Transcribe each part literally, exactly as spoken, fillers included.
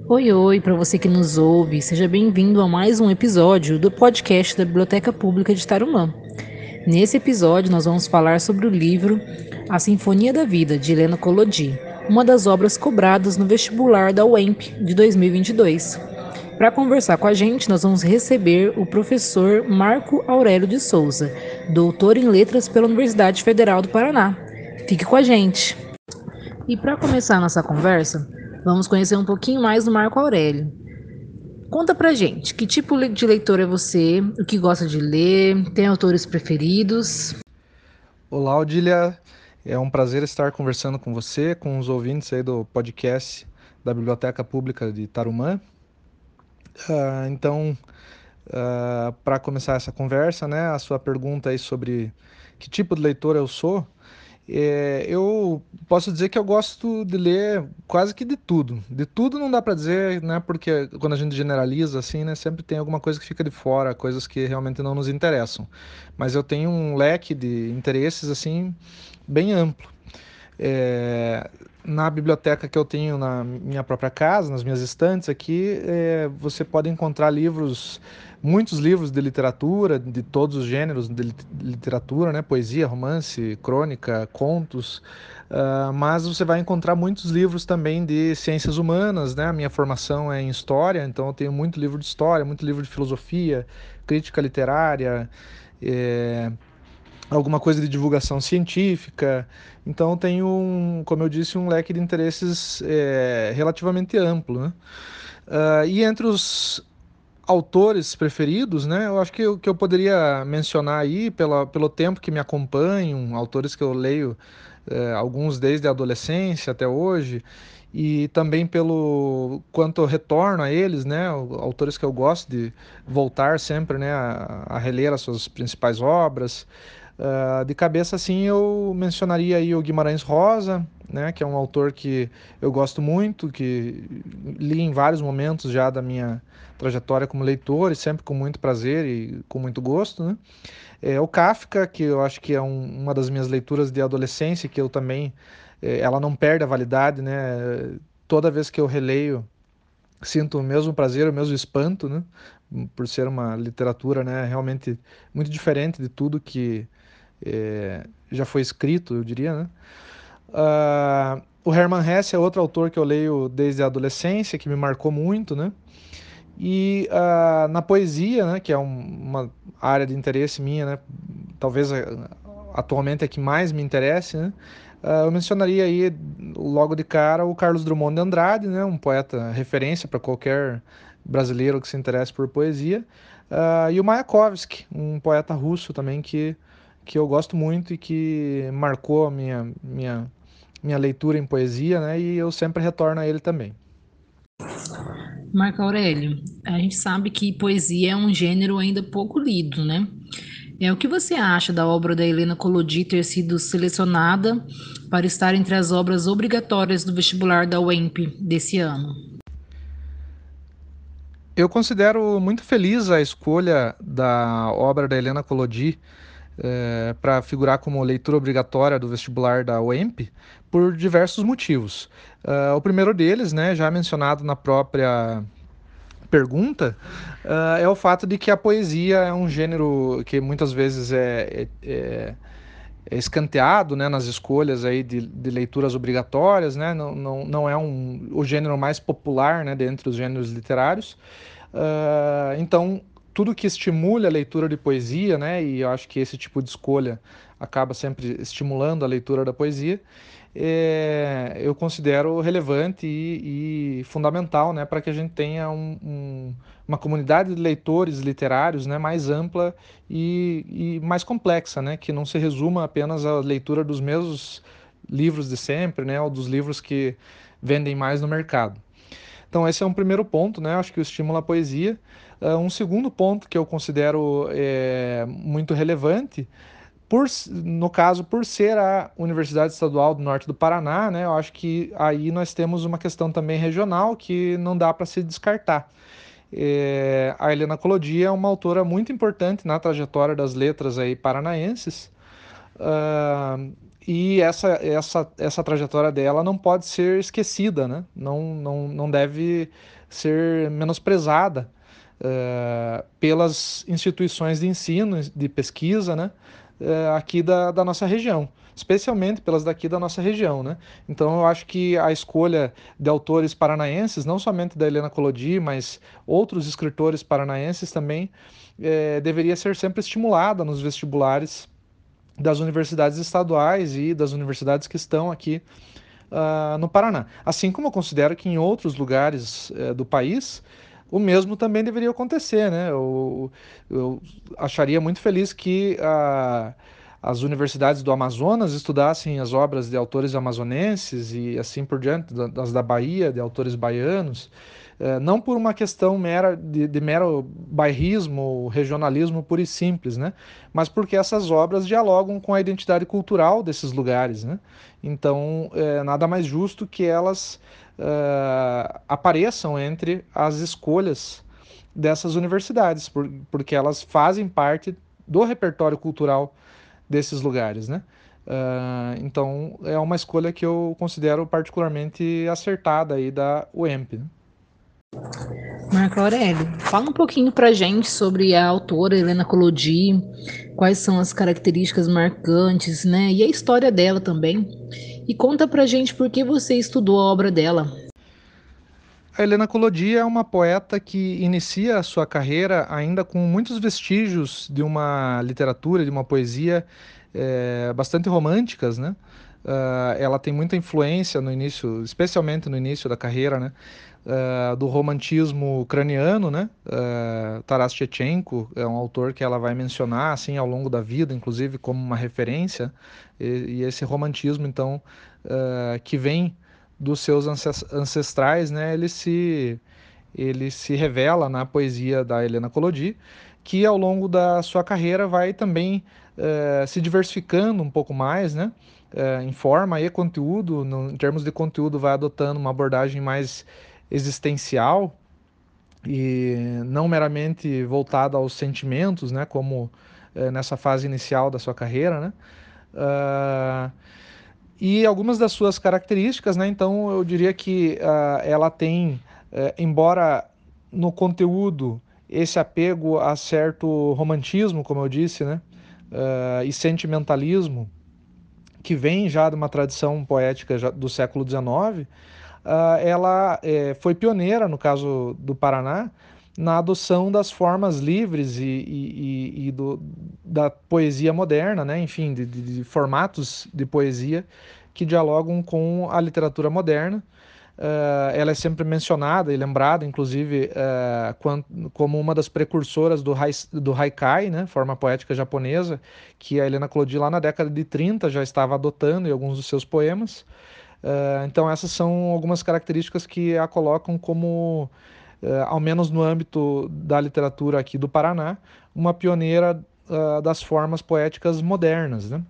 Oi, oi, para você que nos ouve, seja bem-vindo a mais um episódio do podcast da Biblioteca Pública de Tarumã. Nesse episódio, nós vamos falar sobre o livro A Sinfonia da Vida, de Helena Collodi, uma das obras cobradas no vestibular da U E M P de dois mil e vinte e dois. Para conversar com a gente, nós vamos receber o professor Marco Aurélio de Souza, doutor em Letras pela Universidade Federal do Paraná. Fique com a gente! E para começar a nossa conversa, vamos conhecer um pouquinho mais do Marco Aurélio. Conta pra gente, que tipo de leitor é você, o que gosta de ler, tem autores preferidos? Olá, Odília. É um prazer estar conversando com você, com os ouvintes aí do podcast da Biblioteca Pública de Tarumã. Ah, então, para começar essa conversa, né, a sua pergunta aí sobre que tipo de leitor eu sou, é, eu posso dizer que eu gosto de ler quase que de tudo. De tudo não dá para dizer, né, porque quando a gente generaliza assim, né, sempre tem alguma coisa que fica de fora, coisas que realmente não nos interessam. Mas eu tenho um leque de interesses assim bem amplo. É, na biblioteca que eu tenho na minha própria casa, nas minhas estantes aqui, é, você pode encontrar livros, muitos livros de literatura, de todos os gêneros de literatura, né? Poesia, romance, crônica, contos. Uh, mas você vai encontrar muitos livros também de ciências humanas, né? A minha formação é em história, então eu tenho muito livro de história, muito livro de filosofia, crítica literária. É, alguma coisa de divulgação científica. Então tem um, como eu disse, um leque de interesses é, relativamente amplo, né? Uh, e entre os autores preferidos, né? Eu acho que o que eu poderia mencionar aí, pela, pelo tempo que me acompanham, autores que eu leio, é, alguns desde a adolescência até hoje, e também pelo quanto eu retorno a eles, né? Autores que eu gosto de voltar sempre, né? A, a reler as suas principais obras. Uh, de cabeça, assim, eu mencionaria aí o Guimarães Rosa, né, que é um autor que eu gosto muito, que li em vários momentos já da minha trajetória como leitor e sempre com muito prazer e com muito gosto, né? É, o Kafka, que eu acho que é um, uma das minhas leituras de adolescência, que eu também, é, ela não perde a validade, né? Toda vez que eu releio, sinto o mesmo prazer, o mesmo espanto, né? Por ser uma literatura, né, realmente muito diferente de tudo que é, já foi escrito, eu diria, né? Uh, o Hermann Hesse é outro autor que eu leio desde a adolescência, que me marcou muito, né? E uh, na poesia, né, que é um, uma área de interesse minha, né, talvez uh, atualmente é que mais me interesse, né, uh, eu mencionaria aí logo de cara o Carlos Drummond de Andrade, né, um poeta referência para qualquer brasileiro que se interesse por poesia, uh, e o Mayakovsky, um poeta russo também que, que eu gosto muito e que marcou a minha, minha, minha leitura em poesia, né, e eu sempre retorno a ele também. Marco Aurélio, a gente sabe que poesia é um gênero ainda pouco lido, né? É, o que você acha da obra da Helena Collodi ter sido selecionada para estar entre as obras obrigatórias do vestibular da U E M P desse ano? Eu considero muito feliz a escolha da obra da Helena Collodi eh, para figurar como leitura obrigatória do vestibular da U E M P por diversos motivos. Uh, o primeiro deles, né, já mencionado na própria pergunta, uh, é o fato de que a poesia é um gênero que muitas vezes é, é, é é escanteado, né, nas escolhas aí de, de leituras obrigatórias, né, não, não, não é um, o gênero mais popular, né, dentre os gêneros literários. Uh, então, tudo que estimule a leitura de poesia, né, e eu acho que esse tipo de escolha acaba sempre estimulando a leitura da poesia, é, eu considero relevante e, e fundamental, né, para que a gente tenha um, um, uma comunidade de leitores literários, né, mais ampla e, e mais complexa, né, que não se resuma apenas à leitura dos mesmos livros de sempre, né, ou dos livros que vendem mais no mercado. Então esse é um primeiro ponto, né? Acho que o estímulo à poesia. Uh, um segundo ponto que eu considero é, muito relevante, por, no caso, por ser a Universidade Estadual do Norte do Paraná, né? Eu acho que aí nós temos uma questão também regional que não dá para se descartar. É, a Helena Collodi é uma autora muito importante na trajetória das letras aí paranaenses. Uh, e essa, essa, essa trajetória dela não pode ser esquecida, né? Não, não, não deve ser menosprezada eh, pelas instituições de ensino, de pesquisa, né? eh, aqui da, da nossa região, especialmente pelas daqui da nossa região, né? Então eu acho que a escolha de autores paranaenses, não somente da Helena Collodi, mas outros escritores paranaenses também, eh, deveria ser sempre estimulada nos vestibulares das universidades estaduais e das universidades que estão aqui uh, no Paraná. Assim como eu considero que em outros lugares uh, do país o mesmo também deveria acontecer, né? Eu, eu acharia muito feliz que uh, as universidades do Amazonas estudassem as obras de autores amazonenses e assim por diante, das da Bahia, de autores baianos, eh, não por uma questão mera de, de mero bairrismo, regionalismo puro e simples, né? Mas porque essas obras dialogam com a identidade cultural desses lugares, né? Então, é nada mais justo que elas uh, apareçam entre as escolhas dessas universidades, por, porque elas fazem parte do repertório cultural desses lugares, né? Uh, então, é uma escolha que eu considero particularmente acertada aí da U E M P, né? Marco Aurélio, fala um pouquinho pra gente sobre a autora Helena Collodi, quais são as características marcantes, né? E a história dela também. E conta pra gente por que você estudou a obra dela. A Helena Collodi é uma poeta que inicia a sua carreira ainda com muitos vestígios de uma literatura, de uma poesia é, bastante românticas, né? Uh, ela tem muita influência no início, especialmente no início da carreira, né? Uh, do romantismo ucraniano, né? Uh, Taras Shevchenko é um autor que ela vai mencionar assim ao longo da vida, inclusive como uma referência. E, e esse romantismo, então, uh, que vem dos seus ancestrais, né? Ele se ele se revela na poesia da Helena Collodi, que ao longo da sua carreira vai também uh, se diversificando um pouco mais, né? Uh, em forma e conteúdo, no, em termos de conteúdo, vai adotando uma abordagem mais existencial e não meramente voltada aos sentimentos, né? Como uh, nessa fase inicial da sua carreira, né? Uh, e algumas das suas características, né? Então eu diria que uh, ela tem, uh, embora no conteúdo esse apego a certo romantismo, como eu disse, né? Uh, e sentimentalismo, que vem já de uma tradição poética já do século dezenove, uh, ela eh, foi pioneira, no caso do Paraná, na adoção das formas livres e, e, e, e do, da poesia moderna, né? Enfim, de, de, de formatos de poesia que dialogam com a literatura moderna. Uh, ela é sempre mencionada e lembrada, inclusive, uh, quant, como uma das precursoras do, hai, do haikai, né, forma poética japonesa, que a Helena Collodi lá na década de trinta já estava adotando em alguns dos seus poemas. Uh, então essas são algumas características que a colocam como, uh, ao menos no âmbito da literatura aqui do Paraná, uma pioneira uh, das formas poéticas modernas, né?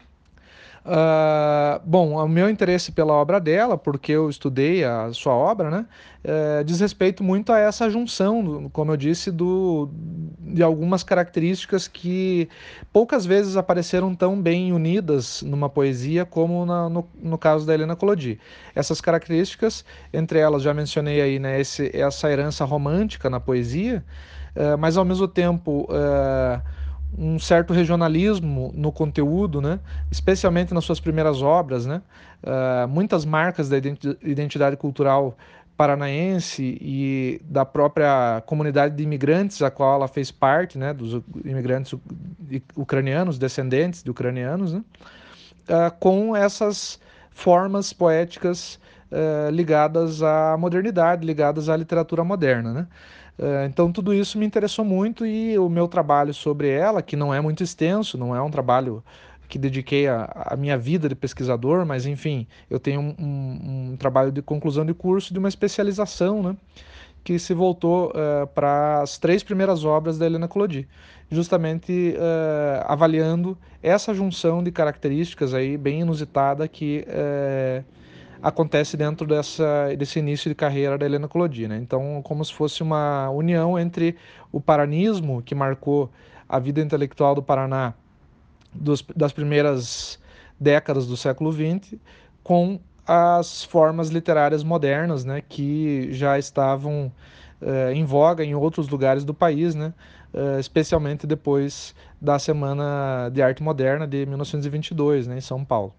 Uh, bom, o meu interesse pela obra dela, porque eu estudei a sua obra, né, é, diz respeito muito a essa junção, como eu disse, do, de algumas características que poucas vezes apareceram tão bem unidas numa poesia como na, no, no caso da Helena Collodi. Essas características, entre elas já mencionei aí, né, esse, essa herança romântica na poesia, uh, mas ao mesmo tempo uh, um certo regionalismo no conteúdo, né? Especialmente nas suas primeiras obras, né? Uh, muitas marcas da identidade cultural paranaense e da própria comunidade de imigrantes a qual ela fez parte, né? Dos imigrantes ucranianos, descendentes de ucranianos, né? Uh, com essas formas poéticas uh, ligadas à modernidade, ligadas à literatura moderna, né? Uh, então tudo isso me interessou muito e o meu trabalho sobre ela, que não é muito extenso, não é um trabalho que dediquei a, a minha vida de pesquisador, mas enfim, eu tenho um, um, um trabalho de conclusão de curso de uma especialização, né? Que se voltou uh, para as três primeiras obras da Helena Collodi, justamente uh, avaliando essa junção de características aí bem inusitada que uh, acontece dentro dessa, desse início de carreira da Helena Collodi, né? Então, como se fosse uma união entre o paranismo, que marcou a vida intelectual do Paraná dos, das primeiras décadas do século vinte com as formas literárias modernas, né, que já estavam uh, em voga em outros lugares do país, né, uh, especialmente depois da Semana de Arte Moderna de mil novecentos e vinte e dois, né, em São Paulo.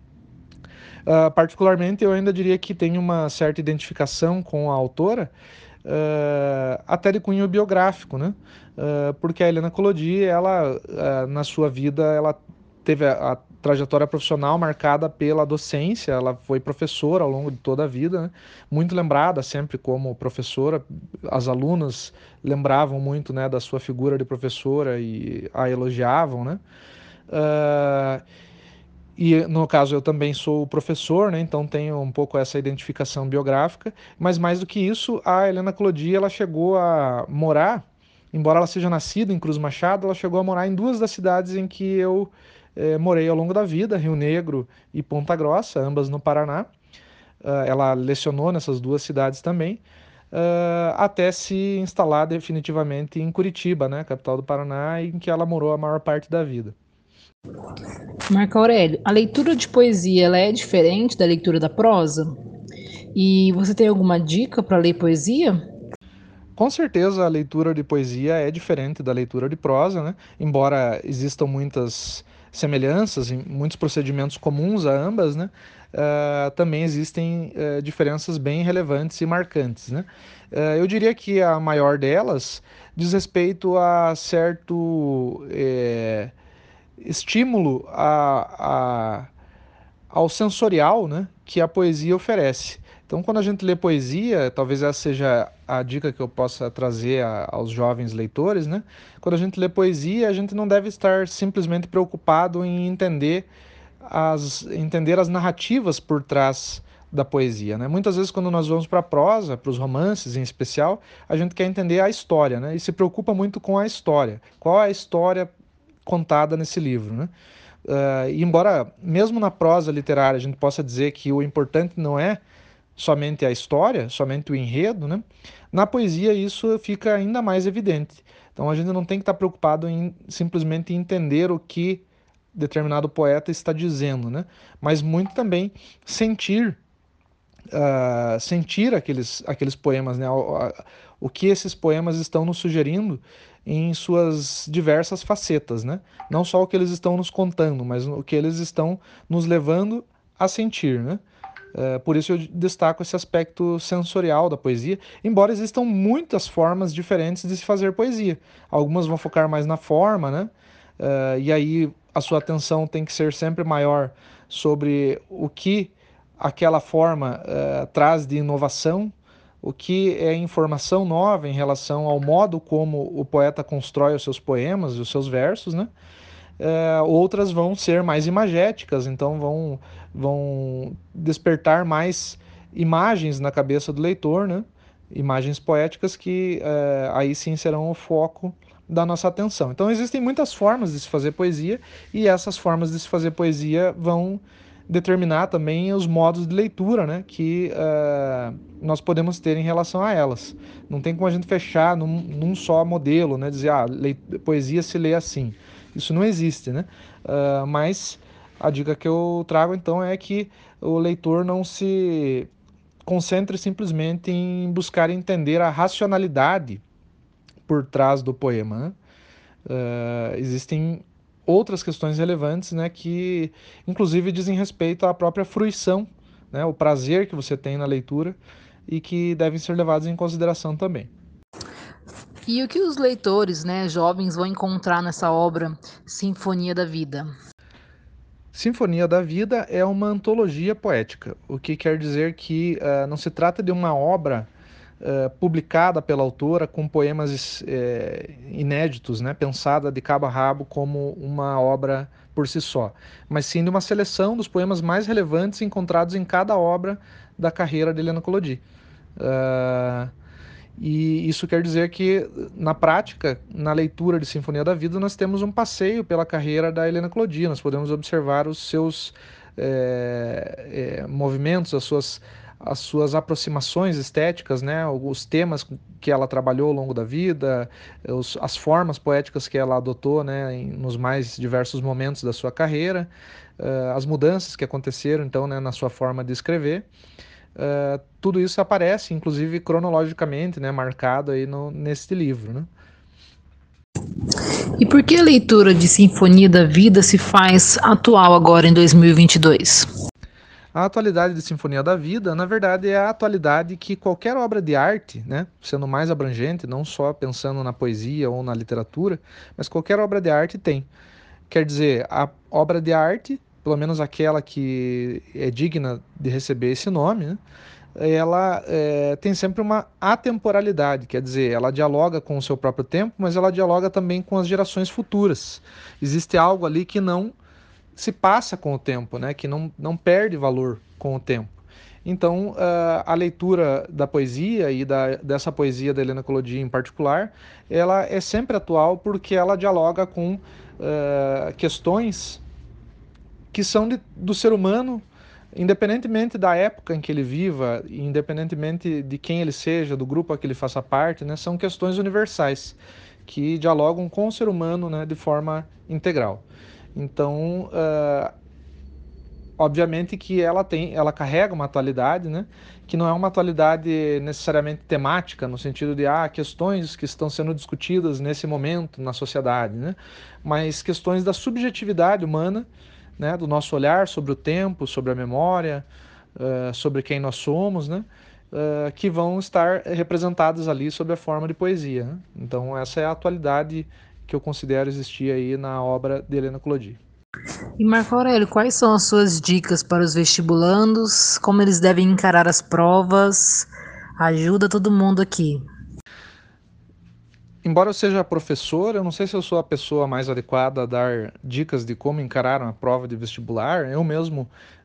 Uh, particularmente, eu ainda diria que tem uma certa identificação com a autora, uh, até de cunho biográfico, né? Uh, porque a Helena Collodi, ela, uh, na sua vida, ela teve a, a trajetória profissional marcada pela docência, ela foi professora ao longo de toda a vida, né? Muito lembrada sempre como professora, as alunas lembravam muito, né, da sua figura de professora e a elogiavam, né? Uh, E no caso eu também sou professor, né? Então tenho um pouco essa identificação biográfica. Mas mais do que isso, a Helena Collodi, ela chegou a morar, embora ela seja nascida em Cruz Machado, ela chegou a morar em duas das cidades em que eu eh, morei ao longo da vida, Rio Negro e Ponta Grossa, ambas no Paraná. Uh, ela lecionou nessas duas cidades também, uh, até se instalar definitivamente em Curitiba, né? Capital do Paraná, em que ela morou a maior parte da vida. Marco Aurélio, a leitura de poesia ela é diferente da leitura da prosa? E você tem alguma dica para ler poesia? Com certeza a leitura de poesia é diferente da leitura de prosa, né? Embora existam muitas semelhanças, muitos procedimentos comuns a ambas, né? Uh, também existem uh, diferenças bem relevantes e marcantes, né? Uh, eu diria que a maior delas diz respeito a certo eh, estímulo a, a ao sensorial, né, que a poesia oferece. Então, quando a gente lê poesia, talvez essa seja a dica que eu possa trazer a, aos jovens leitores, né? Quando a gente lê poesia, a gente não deve estar simplesmente preocupado em entender as, entender as narrativas por trás da poesia, né? Muitas vezes, quando nós vamos para a prosa, para os romances em especial, a gente quer entender a história, né? E se preocupa muito com a história. Qual é a história contada nesse livro, né? Uh, e embora, mesmo na prosa literária, a gente possa dizer que o importante não é somente a história, somente o enredo, né? Na poesia isso fica ainda mais evidente. Então a gente não tem que estar preocupado em simplesmente entender o que determinado poeta está dizendo, né? Mas muito também sentir, uh, sentir aqueles, aqueles poemas, né? O, a, o que esses poemas estão nos sugerindo em suas diversas facetas, né? Não só o que eles estão nos contando, mas o que eles estão nos levando a sentir, né? É, por isso eu destaco esse aspecto sensorial da poesia, embora existam muitas formas diferentes de se fazer poesia. Algumas vão focar mais na forma, né? É, e aí a sua atenção tem que ser sempre maior sobre o que aquela forma é, traz de inovação, o que é informação nova em relação ao modo como o poeta constrói os seus poemas e os seus versos, né? É, outras vão ser mais imagéticas, então vão, vão despertar mais imagens na cabeça do leitor, né? Imagens poéticas que é, aí sim serão o foco da nossa atenção. Então existem muitas formas de se fazer poesia e essas formas de se fazer poesia vão determinar também os modos de leitura, né, que uh, nós podemos ter em relação a elas. Não tem como a gente fechar num, num só modelo, né, dizer, ah, poesia se lê assim. Isso não existe, né? Uh, mas a dica que eu trago então é que o leitor não se concentre simplesmente em buscar entender a racionalidade por trás do poema, né? Uh, existem outras questões relevantes, né, que inclusive dizem respeito à própria fruição, né, o prazer que você tem na leitura e que devem ser levados em consideração também. E o que os leitores, né, jovens, vão encontrar nessa obra Sinfonia da Vida? Sinfonia da Vida é uma antologia poética, o que quer dizer que uh, não se trata de uma obra uh, publicada pela autora com poemas uh, inéditos, né, pensada de cabo a rabo como uma obra por si só, mas sim de uma seleção dos poemas mais relevantes encontrados em cada obra da carreira de Helena Collodi. Uh, E isso quer dizer que, na prática, na leitura de Sinfonia da Vida, nós temos um passeio pela carreira da Helena Collodi. Nós podemos observar os seus é, é, movimentos, as suas, as suas aproximações estéticas, né? Os temas que ela trabalhou ao longo da vida, os, as formas poéticas que ela adotou, né? Em, nos mais diversos momentos da sua carreira. uh, as mudanças que aconteceram, então, né, na sua forma de escrever. Uh, tudo isso aparece, inclusive cronologicamente, né, marcado aí no, neste livro, né? E por que a leitura de Sinfonia da Vida se faz atual agora em dois mil e vinte e dois? A atualidade de Sinfonia da Vida, na verdade, é a atualidade que qualquer obra de arte, né, sendo mais abrangente, não só pensando na poesia ou na literatura, mas qualquer obra de arte tem. Quer dizer, a obra de arte, pelo menos aquela que é digna de receber esse nome, né, ela é, tem sempre uma atemporalidade, quer dizer, ela dialoga com o seu próprio tempo, mas ela dialoga também com as gerações futuras. Existe algo ali que não se passa com o tempo, né? Que não, não perde valor com o tempo. Então, uh, a leitura da poesia e da, dessa poesia da Helena Collodi em particular, ela é sempre atual porque ela dialoga com uh, questões que são de, do ser humano, independentemente da época em que ele viva, independentemente de quem ele seja, do grupo a que ele faça parte, né? São questões universais que dialogam com o ser humano, né, de forma integral. Então, uh, obviamente que ela tem, ela carrega uma atualidade, né? Que não é uma atualidade necessariamente temática, no sentido de ah, questões que estão sendo discutidas nesse momento na sociedade, né? Mas questões da subjetividade humana, né? Do nosso olhar sobre o tempo, sobre a memória, uh, sobre quem nós somos, né? Uh, que vão estar representadas ali sob a forma de poesia, né? Então essa é a atualidade que eu considero existir aí na obra de Helena Collodi. E Marco Aurélio, quais são as suas dicas para os vestibulandos? Como eles devem encarar as provas? Ajuda todo mundo aqui. Embora eu seja professor, eu não sei se eu sou a pessoa mais adequada a dar dicas de como encarar uma prova de vestibular. Eu mesmo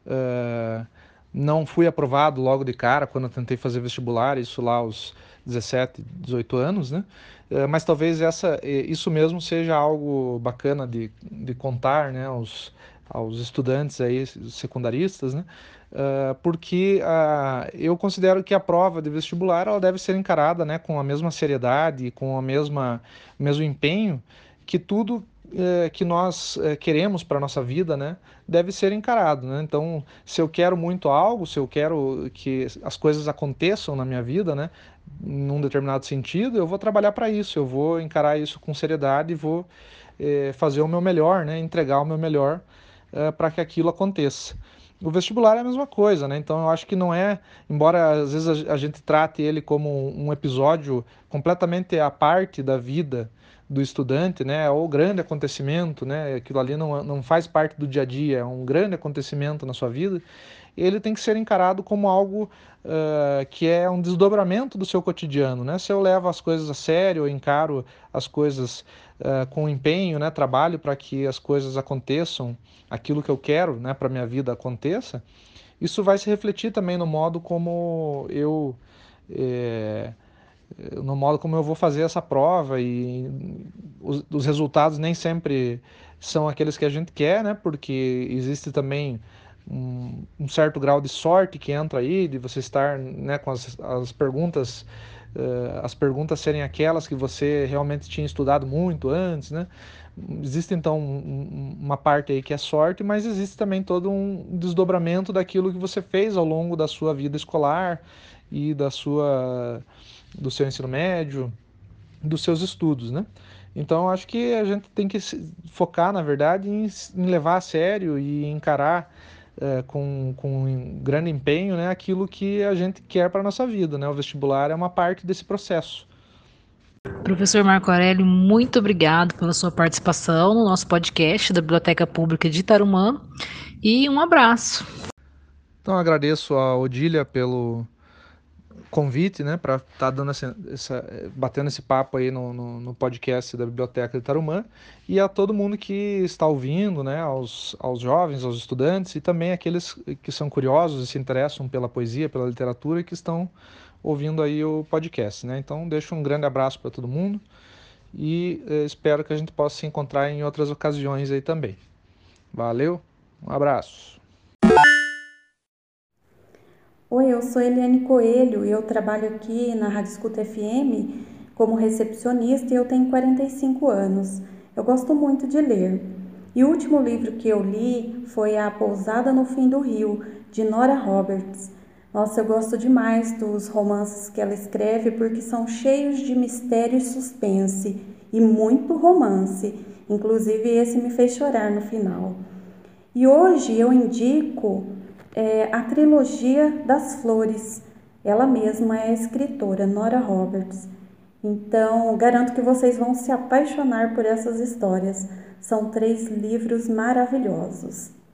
uh, não fui aprovado logo de cara quando eu tentei fazer vestibular, isso lá aos dezessete, dezoito anos, né? Uh, mas talvez essa, isso mesmo seja algo bacana de, de contar, né, aos, aos estudantes aí, secundaristas, né? Uh, porque uh, eu considero que a prova de vestibular ela deve ser encarada, né, com a mesma seriedade, com a mesma, o mesmo empenho que tudo uh, que nós uh, queremos para a nossa vida, né, deve ser encarado, né? Então, se eu quero muito algo, se eu quero que as coisas aconteçam na minha vida, né, num determinado sentido, eu vou trabalhar para isso, eu vou encarar isso com seriedade e vou eh, fazer o meu melhor, né, entregar o meu melhor uh, para que aquilo aconteça. O vestibular é a mesma coisa, né? Então eu acho que não é, embora às vezes a gente trate ele como um episódio completamente à parte da vida do estudante, né? Ou grande acontecimento, né? Aquilo ali não, não faz parte do dia a dia, é um grande acontecimento na sua vida. Ele tem que ser encarado como algo uh, que é um desdobramento do seu cotidiano, né? Se eu levo as coisas a sério, eu encaro as coisas uh, com empenho, né? Trabalho para que as coisas aconteçam, aquilo que eu quero, né? Para minha vida aconteça. Isso vai se refletir também no modo como eu é, no modo como eu vou fazer essa prova e os, os resultados nem sempre são aqueles que a gente quer, né? Porque existe também um, um certo grau de sorte que entra aí, de você estar, né, com as, as perguntas, uh, as perguntas serem aquelas que você realmente tinha estudado muito antes, né? Existe então um, uma parte aí que é sorte, mas existe também todo um desdobramento daquilo que você fez ao longo da sua vida escolar e da sua do seu ensino médio, dos seus estudos, né? Então, eu acho que a gente tem que focar, na verdade, em, em levar a sério e encarar é, com, com grande empenho, né, aquilo que a gente quer para a nossa vida, né? O vestibular é uma parte desse processo. Professor Marco Aurélio, muito obrigado pela sua participação no nosso podcast da Biblioteca Pública de Tarumã e um abraço. Então, agradeço a Odília pelo convite, né, para estar tá dando essa, essa, batendo esse papo aí no, no, no podcast da Biblioteca de Tarumã e a todo mundo que está ouvindo, né, aos, aos jovens, aos estudantes e também aqueles que são curiosos e se interessam pela poesia, pela literatura e que estão ouvindo aí o podcast, né. Então, deixo um grande abraço para todo mundo e eh, espero que a gente possa se encontrar em outras ocasiões aí também. Valeu, um abraço. Oi, eu sou Eliane Coelho e eu trabalho aqui na Rádio Escuta F M como recepcionista e eu tenho quarenta e cinco anos. Eu gosto muito de ler. E o último livro que eu li foi A Pousada no Fim do Rio, de Nora Roberts. Nossa, eu gosto demais dos romances que ela escreve porque são cheios de mistério e suspense e muito romance. Inclusive esse me fez chorar no final. E hoje eu indico é, a trilogia das flores. Ela mesma é a escritora, Nora Roberts. Então, garanto que vocês vão se apaixonar por essas histórias. São três livros maravilhosos.